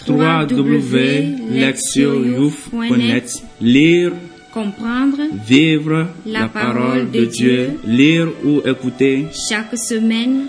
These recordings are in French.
www.lectioyouf.net. Lire, comprendre, vivre la parole de Dieu, lire ou écouter chaque semaine.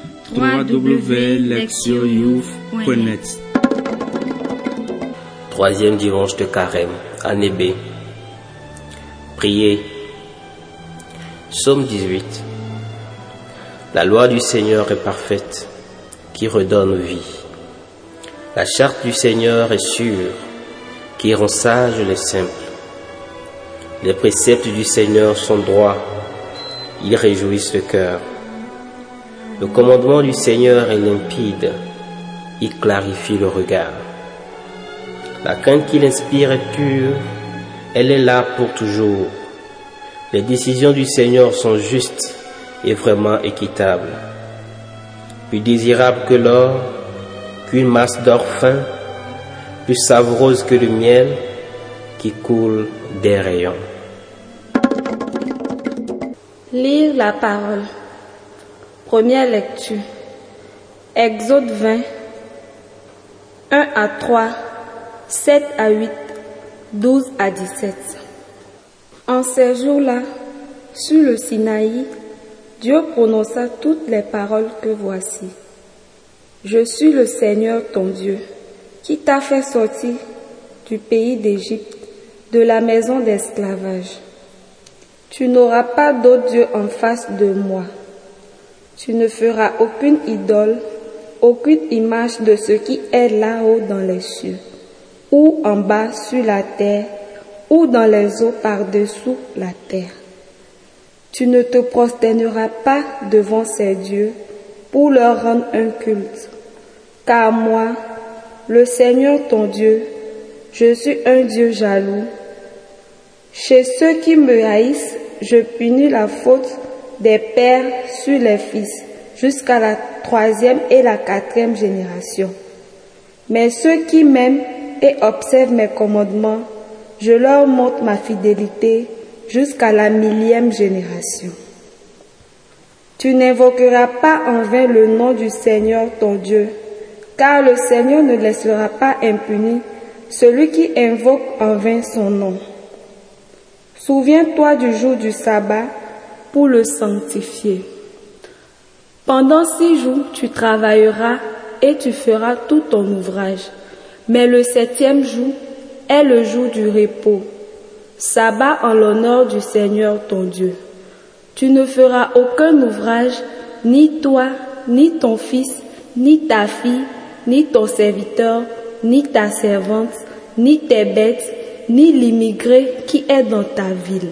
www.lectioyouf.net. Troisième dimanche de Carême, année B. Priez. Psaume 18. La loi du Seigneur est parfaite, qui redonne vie. La charte du Seigneur est sûre, qui rend sages les simples. Les préceptes du Seigneur sont droits, ils réjouissent le cœur. Le commandement du Seigneur est limpide, il clarifie le regard. La crainte qu'il inspire est pure, elle est là pour toujours. Les décisions du Seigneur sont justes et vraiment équitables. Plus désirable que l'or, qu'une masse d'or fin, plus savoureuse que le miel qui coule des rayons. Lire la parole. Première lecture. Exode 20, 1 à 3, 7 à 8, 12 à 17. En ces jours-là, sur le Sinaï, Dieu prononça toutes les paroles que voici. Je suis le Seigneur ton Dieu, qui t'a fait sortir du pays d'Égypte, de la maison d'esclavage. Tu n'auras pas d'autre Dieu en face de moi. Tu ne feras aucune idole, aucune image de ce qui est là-haut dans les cieux, ou en bas sur la terre, ou dans les eaux par-dessous la terre. Tu ne te prosterneras pas devant ces dieux pour leur rendre un culte, car moi, le Seigneur ton Dieu, je suis un Dieu jaloux. Chez ceux qui me haïssent, je punis la faute des pères sur les fils, jusqu'à la 3e et la 4e génération. Mais ceux qui m'aiment et observent mes commandements, je leur montre ma fidélité jusqu'à la 1000e génération. Tu n'invoqueras pas en vain le nom du Seigneur ton Dieu, car le Seigneur ne laissera pas impuni celui qui invoque en vain son nom. Souviens-toi du jour du sabbat pour le sanctifier. Pendant 6 jours, tu travailleras et tu feras tout ton ouvrage. Mais le 7e jour est le jour du repos, sabbat en l'honneur du Seigneur ton Dieu. Tu ne feras aucun ouvrage, ni toi, ni ton fils, ni ta fille, ni ton serviteur, ni ta servante, ni tes bêtes, ni l'immigré qui est dans ta ville.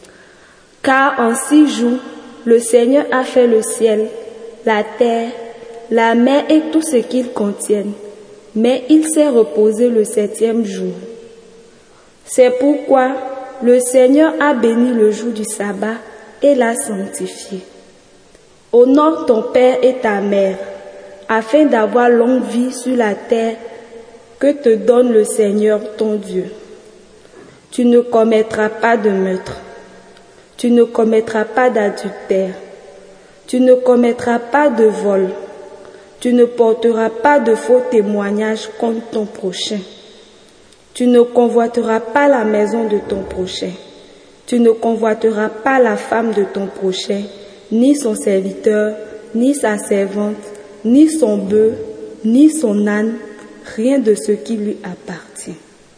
Car en 6 jours, le Seigneur a fait le ciel, la terre, la mer et tout ce qu'ils contiennent, mais il s'est reposé le 7e jour. C'est pourquoi le Seigneur a béni le jour du sabbat et l'a sanctifié. Honore ton père et ta mère, afin d'avoir longue vie sur la terre que te donne le Seigneur ton Dieu. Tu ne commettras pas de meurtre. Tu ne commettras pas d'adultère. Tu ne commettras pas de vol. Tu ne porteras pas de faux témoignages contre ton prochain. Tu ne convoiteras pas la maison de ton prochain. Tu ne convoiteras pas la femme de ton prochain, ni son serviteur, ni sa servante, ni son bœuf, ni son âne, rien de ce qui lui appartient.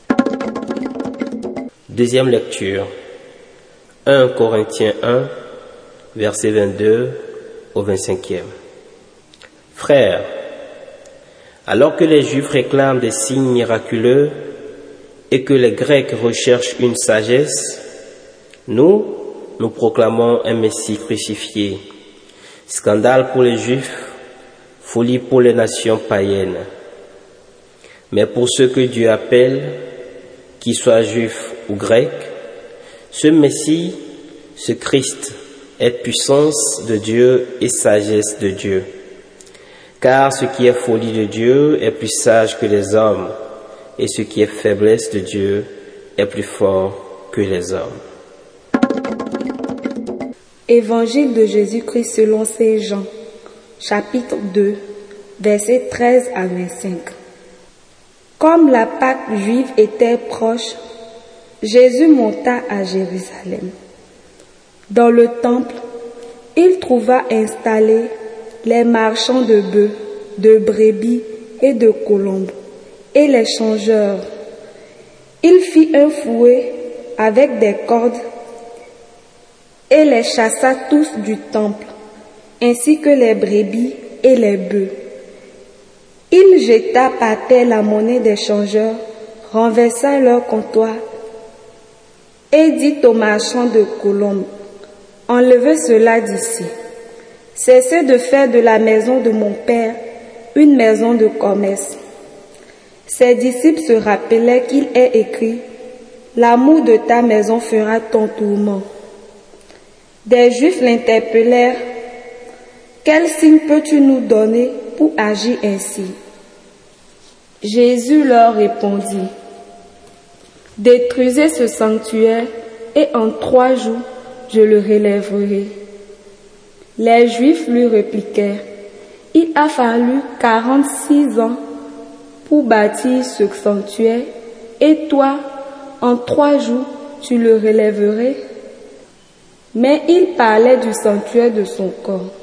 Deuxième lecture. 1 Corinthiens 1, verset 22 au 25e. Frères, alors que les Juifs réclament des signes miraculeux et que les Grecs recherchent une sagesse, nous proclamons un Messie crucifié, scandale pour les Juifs, folie pour les nations païennes. Mais pour ceux que Dieu appelle, qu'ils soient Juifs ou Grecs, ce Messie, ce Christ, est puissance de Dieu et sagesse de Dieu. Car ce qui est folie de Dieu est plus sage que les hommes, et ce qui est faiblesse de Dieu est plus fort que les hommes. Évangile de Jésus-Christ selon saint Jean, chapitre 2, versets 13 à 25. Comme la Pâque juive était proche, Jésus monta à Jérusalem. Dans le temple, il trouva installés les marchands de bœufs, de brebis et de colombes, et les changeurs. Il fit un fouet avec des cordes et les chassa tous du temple, ainsi que les brebis et les bœufs. Il jeta par terre la monnaie des changeurs, renversa leur comptoir et dit aux marchands de colombes, « Enlevez cela d'ici. Cessez de faire de la maison de mon Père une maison de commerce. » Ses disciples se rappelaient qu'il est écrit, « L'amour de ta maison fera ton tourment. » Des Juifs l'interpellèrent, « Quel signe peux-tu nous donner pour agir ainsi ?» Jésus leur répondit, « Détruisez ce sanctuaire et en 3 jours je le relèverai. » Les Juifs lui répliquèrent, « Il a fallu 46 ans pour bâtir ce sanctuaire, et toi, en 3 jours, tu le relèverais ?» Mais il parlait du sanctuaire de son corps.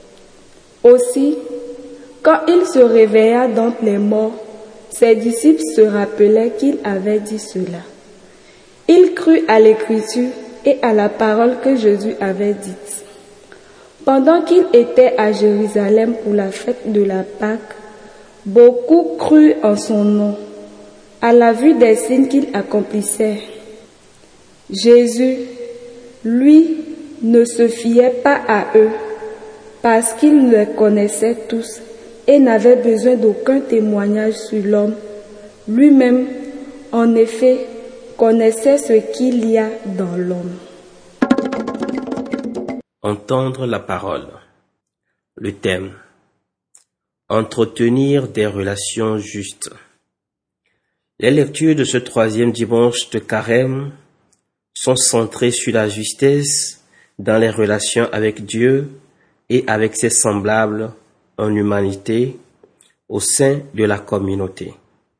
Aussi, quand il se réveilla d'entre les morts, ses disciples se rappelaient qu'il avait dit cela. Il crut à l'Écriture et à la parole que Jésus avait dite. Pendant qu'il était à Jérusalem pour la fête de la Pâque, beaucoup crurent en son nom, à la vue des signes qu'il accomplissait. Jésus, lui, ne se fiait pas à eux, parce qu'il les connaissait tous et n'avait besoin d'aucun témoignage sur l'homme. Lui-même, en effet, connaissait ce qu'il y a dans l'homme. Entendre la parole. Le thème. Entretenir des relations justes. Les lectures de ce 3e dimanche de Carême sont centrées sur la justesse dans les relations avec Dieu et avec ses semblables en humanité au sein de la communauté.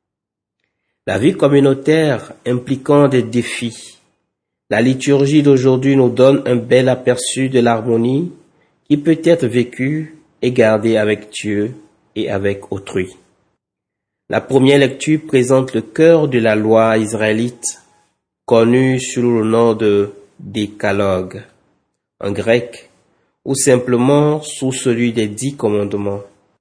La vie communautaire impliquant des défis, la liturgie d'aujourd'hui nous donne un bel aperçu de l'harmonie qui peut être vécue et gardée avec Dieu et avec autrui. La première lecture présente le cœur de la loi israélite, connue sous le nom de Décalogue, en grec, ou simplement sous celui des 10 commandements.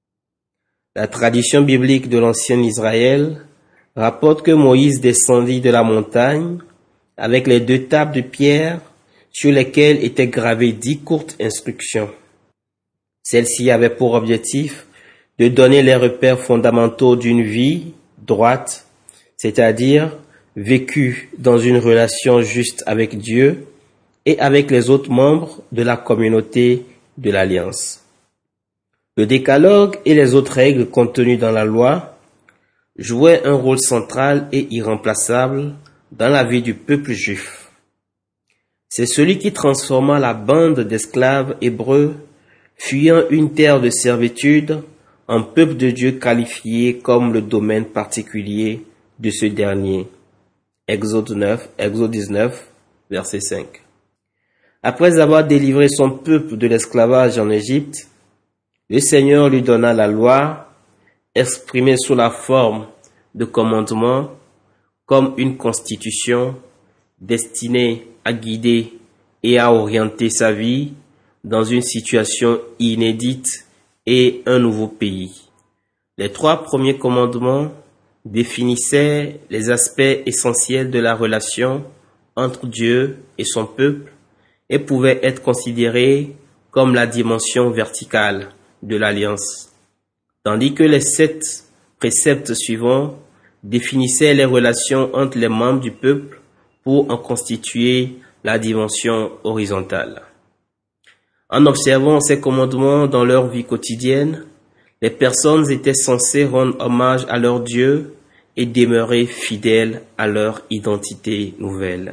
La tradition biblique de l'ancien Israël rapporte que Moïse descendit de la montagne avec les 2 tables de pierre sur lesquelles étaient gravées 10 courtes instructions. Celles-ci avaient pour objectif de donner les repères fondamentaux d'une vie droite, c'est-à-dire vécue dans une relation juste avec Dieu et avec les autres membres de la communauté de l'Alliance. Le décalogue et les autres règles contenues dans la loi jouaient un rôle central et irremplaçable dans la vie du peuple juif. C'est celui qui transforma la bande d'esclaves hébreux fuyant une terre de servitude en peuple de Dieu qualifié comme le domaine particulier de ce dernier. Exode 19, verset 5. Après avoir délivré son peuple de l'esclavage en Égypte, le Seigneur lui donna la loi, exprimée sous la forme de commandements, comme une constitution destinée à guider et à orienter sa vie dans une situation inédite et un nouveau pays. Les 3 premiers commandements définissaient les aspects essentiels de la relation entre Dieu et son peuple et pouvaient être considérés comme la dimension verticale de l'alliance, tandis que les 7 préceptes suivants définissaient les relations entre les membres du peuple pour en constituer la dimension horizontale. En observant ces commandements dans leur vie quotidienne, les personnes étaient censées rendre hommage à leur Dieu et demeurer fidèles à leur identité nouvelle.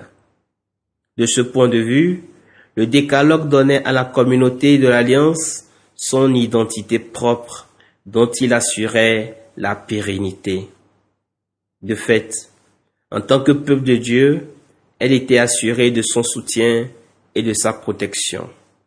De ce point de vue, le décalogue donnait à la communauté de l'Alliance son identité propre dont il assurait la pérennité. De fait, en tant que peuple de Dieu, elle était assurée de son soutien et de sa protection.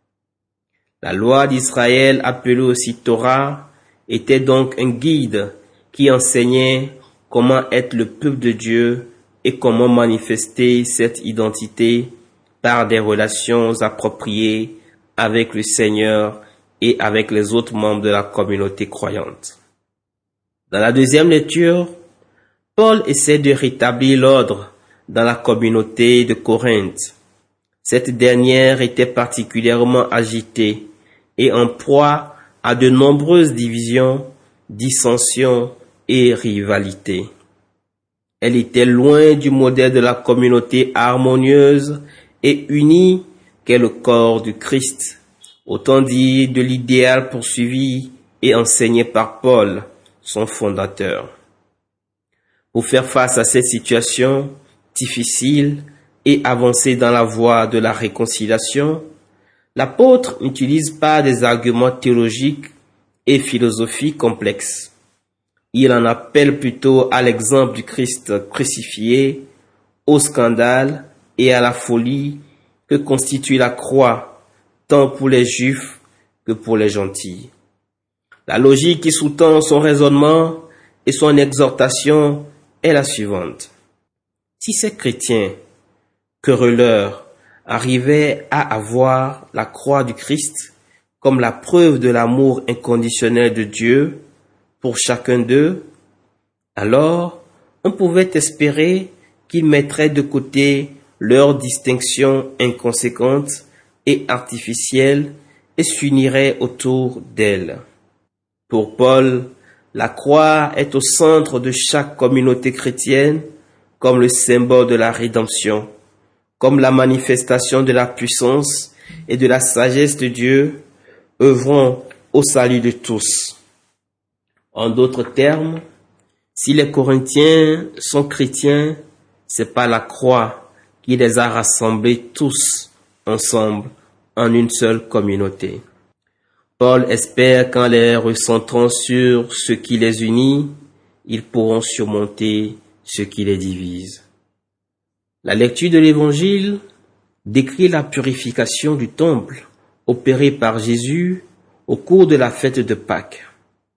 La loi d'Israël, appelée aussi Torah, était donc un guide qui enseignait comment être le peuple de Dieu et comment manifester cette identité par des relations appropriées avec le Seigneur et avec les autres membres de la communauté croyante. Dans la deuxième lecture, Paul essaie de rétablir l'ordre dans la communauté de Corinthe. Cette dernière était particulièrement agitée et en proie à de nombreuses divisions, dissensions et rivalités. Elle était loin du modèle de la communauté harmonieuse et unie qu'est le corps du Christ, autant dire de l'idéal poursuivi et enseigné par Paul, son fondateur. Pour faire face à cette situation difficile et avancer dans la voie de la réconciliation, l'apôtre n'utilise pas des arguments théologiques et philosophiques complexes. Il en appelle plutôt à l'exemple du Christ crucifié, au scandale et à la folie que constitue la croix, tant pour les Juifs que pour les gentils. La logique qui sous-tend son raisonnement et son exhortation est la suivante. Si ces chrétiens querelleurs arrivaient à avoir la croix du Christ comme la preuve de l'amour inconditionnel de Dieu pour chacun d'eux, alors on pouvait espérer qu'ils mettraient de côté leurs distinctions inconséquentes et artificielles et s'uniraient autour d'elle. Pour Paul, la croix est au centre de chaque communauté chrétienne comme le symbole de la rédemption, comme la manifestation de la puissance et de la sagesse de Dieu, œuvrant au salut de tous. En d'autres termes, si les Corinthiens sont chrétiens, c'est pas la croix qui les a rassemblés tous ensemble en une seule communauté. Paul espère qu'en les recentrant sur ce qui les unit, ils pourront surmonter ce qui les divise. La lecture de l'Évangile décrit la purification du temple opérée par Jésus au cours de la fête de Pâques.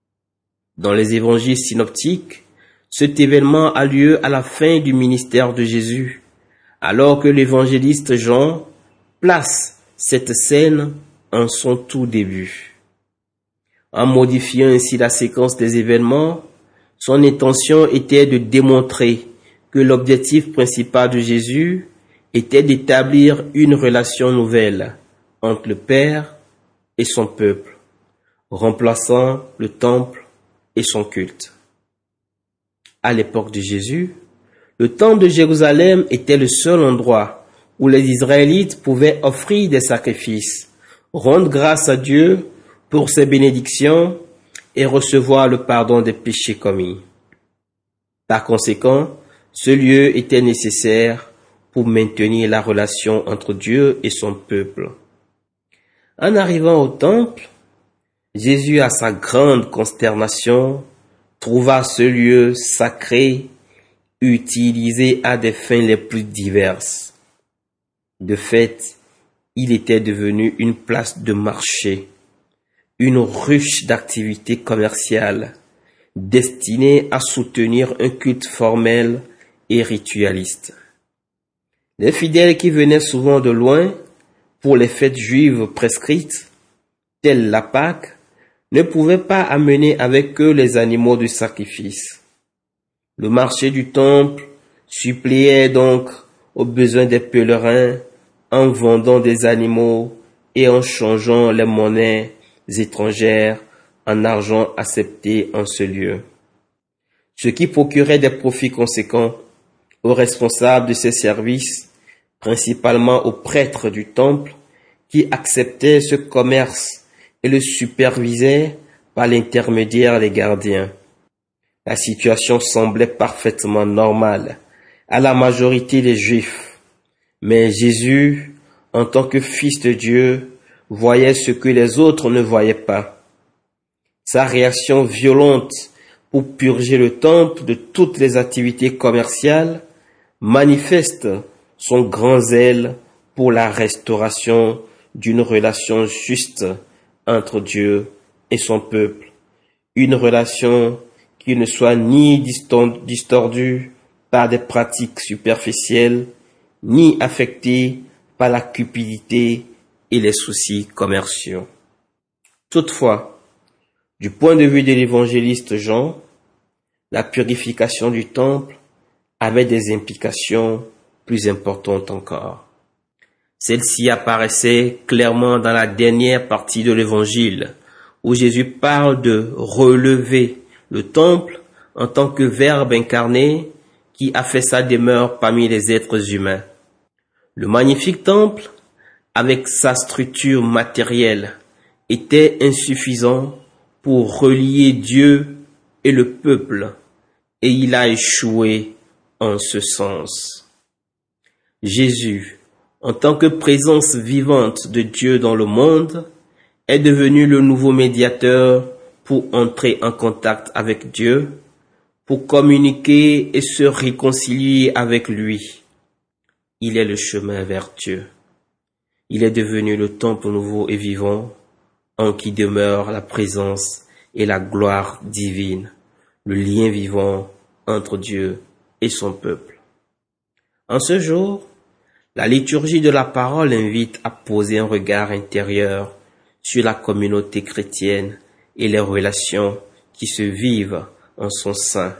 Dans les évangiles synoptiques, cet événement a lieu à la fin du ministère de Jésus, alors que l'évangéliste Jean place cette scène en son tout début. En modifiant ainsi la séquence des événements, son intention était de démontrer que l'objectif principal de Jésus était d'établir une relation nouvelle entre le Père et son peuple, remplaçant le temple et son culte. À l'époque de Jésus, le temple de Jérusalem était le seul endroit où les Israélites pouvaient offrir des sacrifices, rendre grâce à Dieu pour ses bénédictions et recevoir le pardon des péchés commis. Par conséquent, ce lieu était nécessaire pour maintenir la relation entre Dieu et son peuple. En arrivant au temple, Jésus, à sa grande consternation, trouva ce lieu sacré utilisé à des fins les plus diverses. De fait, il était devenu une place de marché, une ruche d'activités commerciales destinée à soutenir un culte formel et ritualiste. Les fidèles qui venaient souvent de loin pour les fêtes juives prescrites, telles la Pâque, ne pouvaient pas amener avec eux les animaux du sacrifice. Le marché du temple suppléait donc aux besoins des pèlerins en vendant des animaux et en changeant les monnaies étrangères en argent accepté en ce lieu, ce qui procurait des profits conséquents aux responsables de ces services, principalement aux prêtres du temple, qui acceptaient ce commerce et le supervisaient par l'intermédiaire des gardiens. La situation semblait parfaitement normale à la majorité des Juifs, mais Jésus, en tant que Fils de Dieu, voyait ce que les autres ne voyaient pas. Sa réaction violente pour purger le temple de toutes les activités commerciales, manifeste son grand zèle pour la restauration d'une relation juste entre Dieu et son peuple, une relation qui ne soit ni distordue par des pratiques superficielles, ni affectée par la cupidité et les soucis commerciaux. Toutefois, du point de vue de l'évangéliste Jean, la purification du temple avait des implications plus importantes encore. Celle-ci apparaissait clairement dans la dernière partie de l'évangile, où Jésus parle de relever le temple en tant que Verbe incarné qui a fait sa demeure parmi les êtres humains. Le magnifique temple, avec sa structure matérielle, était insuffisant pour relier Dieu et le peuple, et il a échoué en ce sens. Jésus, en tant que présence vivante de Dieu dans le monde, est devenu le nouveau médiateur pour entrer en contact avec Dieu, pour communiquer et se réconcilier avec lui. Il est le chemin vers Dieu. Il est devenu le temple nouveau et vivant, en qui demeure la présence et la gloire divine, le lien vivant entre Dieu et son peuple. En ce jour, la liturgie de la parole invite à poser un regard intérieur sur la communauté chrétienne et les relations qui se vivent en son sein.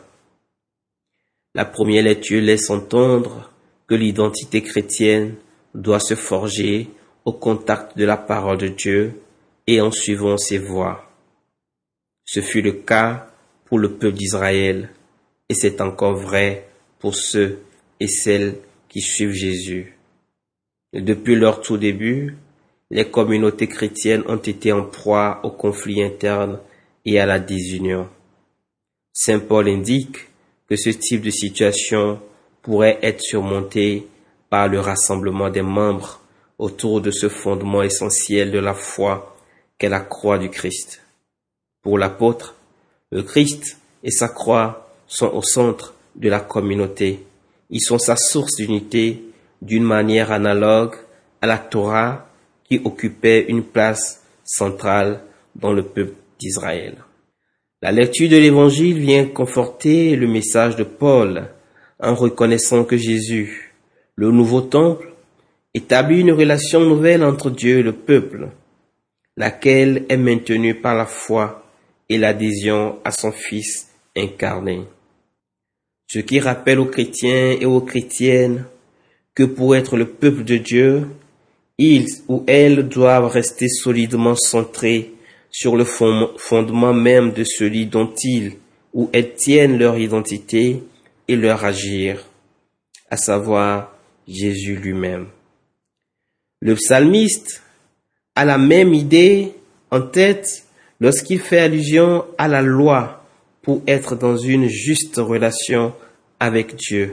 La première lecture laisse entendre que l'identité chrétienne doit se forger au contact de la parole de Dieu et en suivant ses voies. Ce fut le cas pour le peuple d'Israël et c'est encore vrai pour ceux et celles qui suivent Jésus. Et depuis leur tout début, les communautés chrétiennes ont été en proie aux conflits internes et à la désunion. Saint Paul indique que ce type de situation pourrait être surmonté par le rassemblement des membres autour de ce fondement essentiel de la foi qu'est la croix du Christ. Pour l'apôtre, le Christ et sa croix sont au centre de la communauté. Ils sont sa source d'unité d'une manière analogue à la Torah qui occupait une place centrale dans le peuple d'Israël. La lecture de l'Évangile vient conforter le message de Paul en reconnaissant que Jésus, le nouveau temple, établit une relation nouvelle entre Dieu et le peuple, laquelle est maintenue par la foi et l'adhésion à son Fils incarné. Ce qui rappelle aux chrétiens et aux chrétiennes que pour être le peuple de Dieu, ils ou elles doivent rester solidement centrés sur le fondement même de celui dont ils ou elles tiennent leur identité et leur agir, à savoir Jésus lui-même. Le psalmiste a la même idée en tête lorsqu'il fait allusion à la loi pour être dans une juste relation avec Dieu.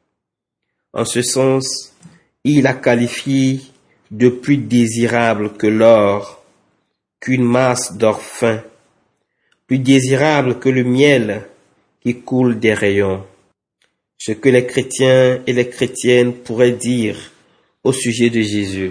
En ce sens, il la qualifie de plus désirable que l'or, qu'une masse d'or fin, plus désirable que le miel qui coule des rayons. Ce que les chrétiens et les chrétiennes pourraient dire au sujet de Jésus.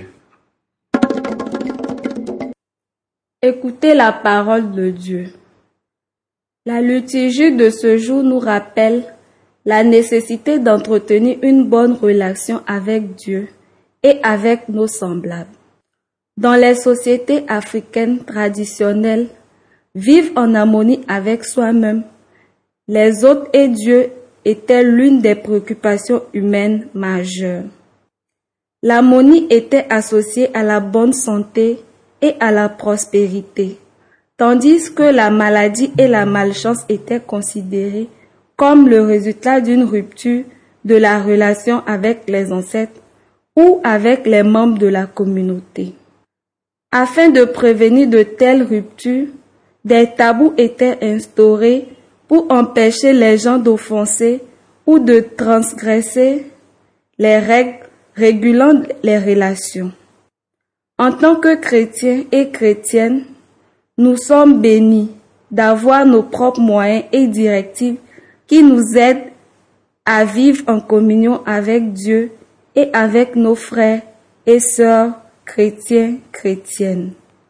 Écoutez la parole de Dieu. La liturgie de ce jour nous rappelle la nécessité d'entretenir une bonne relation avec Dieu et avec nos semblables. Dans les sociétés africaines traditionnelles, vivre en harmonie avec soi-même, les autres et Dieu était l'une des préoccupations humaines majeures. L'harmonie était associée à la bonne santé et à la prospérité, tandis que la maladie et la malchance étaient considérées comme le résultat d'une rupture de la relation avec les ancêtres ou avec les membres de la communauté. Afin de prévenir de telles ruptures, des tabous étaient instaurés pour empêcher les gens d'offenser ou de transgresser les règles régulant les relations. En tant que chrétiens et chrétiennes, nous sommes bénis d'avoir nos propres moyens et directives qui nous aident à vivre en communion avec Dieu et avec nos frères et sœurs chrétiens, chrétiennes.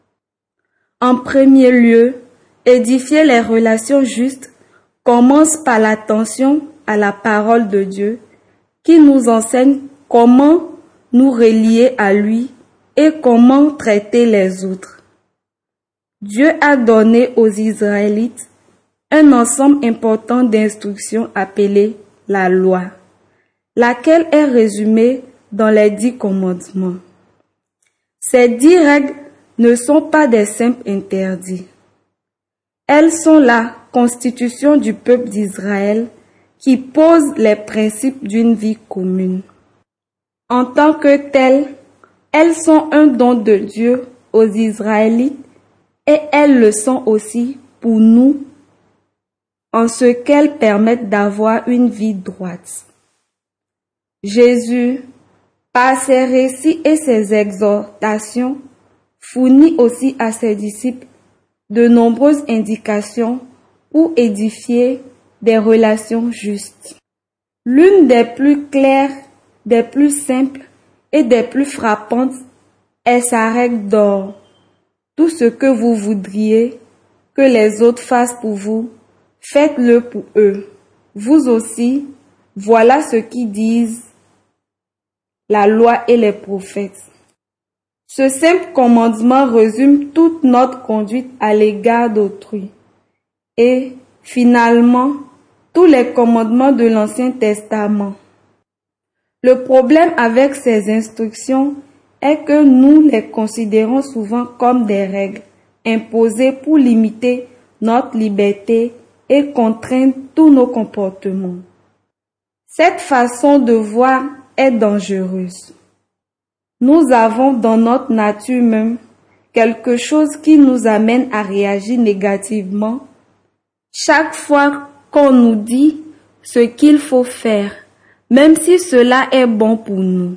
En premier lieu, édifier les relations justes commence par l'attention à la parole de Dieu qui nous enseigne comment nous relier à lui et comment traiter les autres. Dieu a donné aux Israélites un ensemble important d'instructions appelées la loi, laquelle est résumée dans les 10 commandements. Ces 10 règles ne sont pas des simples interdits. Elles sont la constitution du peuple d'Israël qui pose les principes d'une vie commune. En tant que telles, elles sont un don de Dieu aux Israélites et elles le sont aussi pour nous en ce qu'elles permettent d'avoir une vie droite. Jésus, par ses récits et ses exhortations, fournit aussi à ses disciples de nombreuses indications pour édifier des relations justes. L'une des plus claires, des plus simples et des plus frappantes est sa règle d'or. Tout ce que vous voudriez que les autres fassent pour vous, faites-le pour eux. Vous aussi, voilà ce qu'ils disent la loi et les prophètes. Ce simple commandement résume toute notre conduite à l'égard d'autrui. Et, finalement, tous les commandements de l'Ancien Testament. Le problème avec ces instructions est que nous les considérons souvent comme des règles imposées pour limiter notre liberté et contraindre tous nos comportements. Cette façon de voir est dangereuse. Nous avons dans notre nature même quelque chose qui nous amène à réagir négativement chaque fois qu'on nous dit ce qu'il faut faire, même si cela est bon pour nous.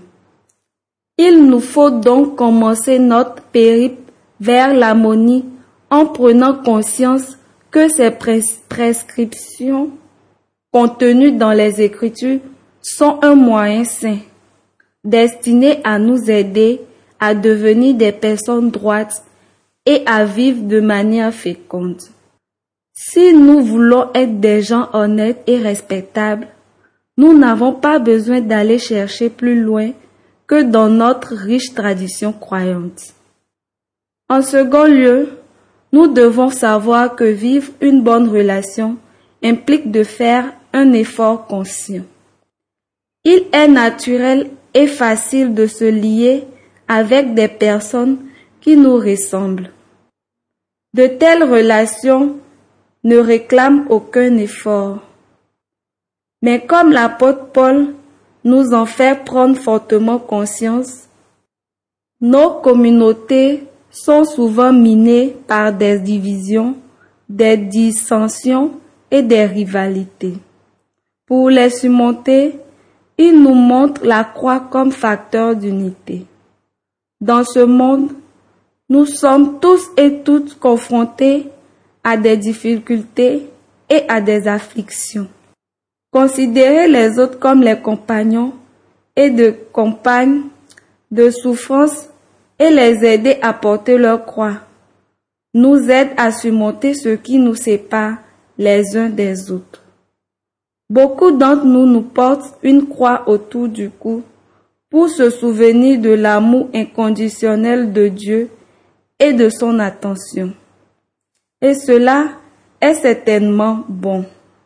Il nous faut donc commencer notre périple vers l'harmonie en prenant conscience que ces prescriptions contenues dans les Écritures sont un moyen sain, destiné à nous aider à devenir des personnes droites et à vivre de manière féconde. Si nous voulons être des gens honnêtes et respectables, nous n'avons pas besoin d'aller chercher plus loin que dans notre riche tradition croyante. En second lieu, nous devons savoir que vivre une bonne relation implique de faire un effort conscient. Il est naturel et facile de se lier avec des personnes qui nous ressemblent. De telles relations ne réclament aucun effort. Mais comme l'apôtre Paul nous en fait prendre fortement conscience, nos communautés sont souvent minées par des divisions, des dissensions et des rivalités. Pour les surmonter, il nous montre la croix comme facteur d'unité. Dans ce monde, nous sommes tous et toutes confrontés à des difficultés et à des afflictions. Considérer les autres comme les compagnons et de compagnes de souffrance et les aider à porter leur croix nous aide à surmonter ce qui nous sépare les uns des autres. Beaucoup d'entre nous nous portent une croix autour du cou pour se souvenir de l'amour inconditionnel de Dieu et de son attention. Et cela est certainement bon.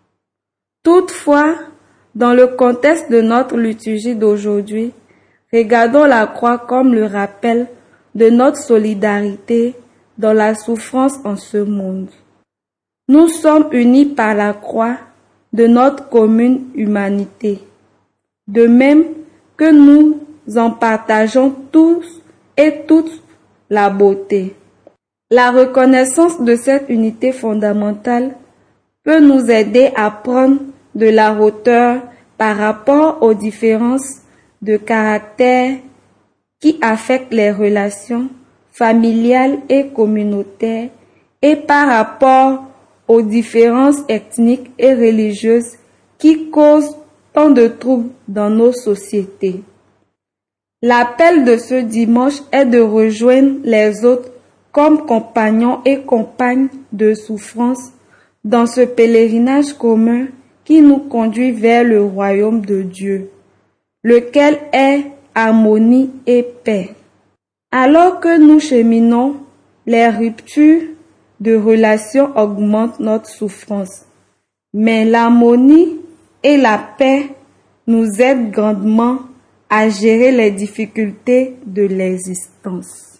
Toutefois, dans le contexte de notre liturgie d'aujourd'hui, regardons la croix comme le rappel de notre solidarité dans la souffrance en ce monde. Nous sommes unis par la croix de notre commune humanité, de même que nous en partageons tous et toutes la beauté. La reconnaissance de cette unité fondamentale peut nous aider à prendre de la hauteur par rapport aux différences de caractère qui affectent les relations familiales et communautaires et par rapport aux différences ethniques et religieuses qui causent tant de troubles dans nos sociétés. L'appel de ce dimanche est de rejoindre les autres comme compagnons et compagnes de souffrance dans ce pèlerinage commun qui nous conduit vers le royaume de Dieu, lequel est harmonie et paix. Alors que nous cheminons, les ruptures de relations augmentent notre souffrance, mais l'harmonie et la paix nous aident grandement à gérer les difficultés de l'existence.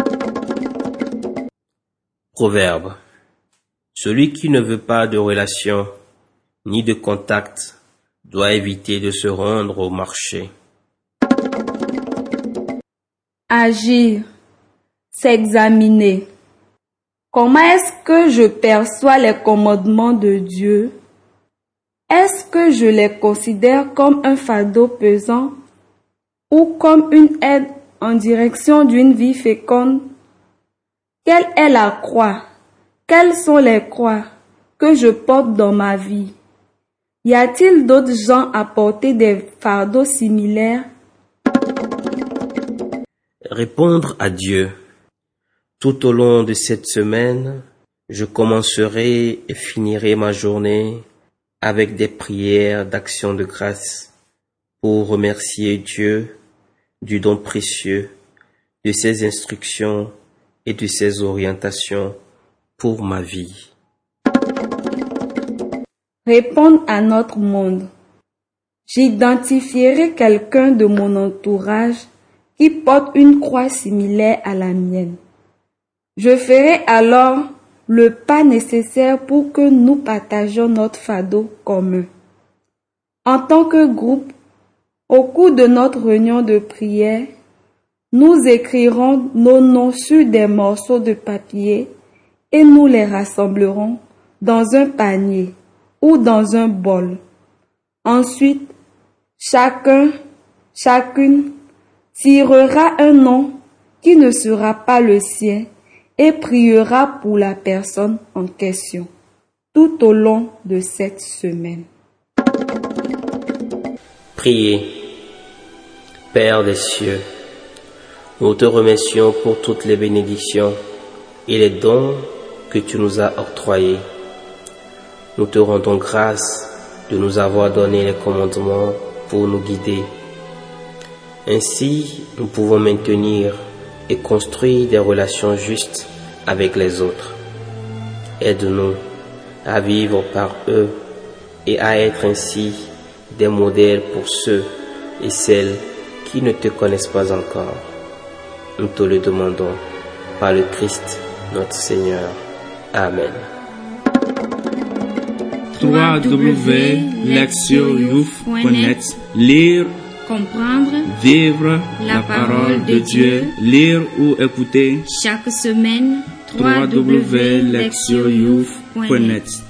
Proverbe. Celui qui ne veut pas de relation ni de contact doit éviter de se rendre au marché. Agir, s'examiner. Comment est-ce que je perçois les commandements de Dieu? Est-ce que je les considère comme un fardeau pesant ou comme une aide en direction d'une vie féconde? Quelle est la croix? Quelles sont les croix que je porte dans ma vie? Y a-t-il d'autres gens à porter des fardeaux similaires? Répondre à Dieu. Tout au long de cette semaine, je commencerai et finirai ma journée avec des prières d'action de grâce pour remercier Dieu du don précieux, de ses instructions et de ses orientations pour ma vie. Répondre à notre monde. J'identifierai quelqu'un de mon entourage qui porte une croix similaire à la mienne. Je ferai alors le pas nécessaire pour que nous partagions notre fardeau commun. En tant que groupe, au cours de notre réunion de prière, nous écrirons nos noms sur des morceaux de papier et nous les rassemblerons dans un panier ou dans un bol. Ensuite, chacune tirera un nom qui ne sera pas le sien et priera pour la personne en question tout au long de cette semaine. Priez. Père des cieux, nous te remercions pour toutes les bénédictions et les dons que tu nous as octroyés. Nous te rendons grâce de nous avoir donné les commandements pour nous guider. Ainsi, nous pouvons maintenir et construire des relations justes avec les autres. Aide-nous à vivre par eux et à être ainsi des modèles pour ceux et celles qui ne te connaissent pas encore. Nous te le demandons par le Christ notre Seigneur. Amen. www.lectioyouf.net. Lire, comprendre, vivre la parole de Dieu. Lire ou écouter chaque semaine. www.lectioyouf.net.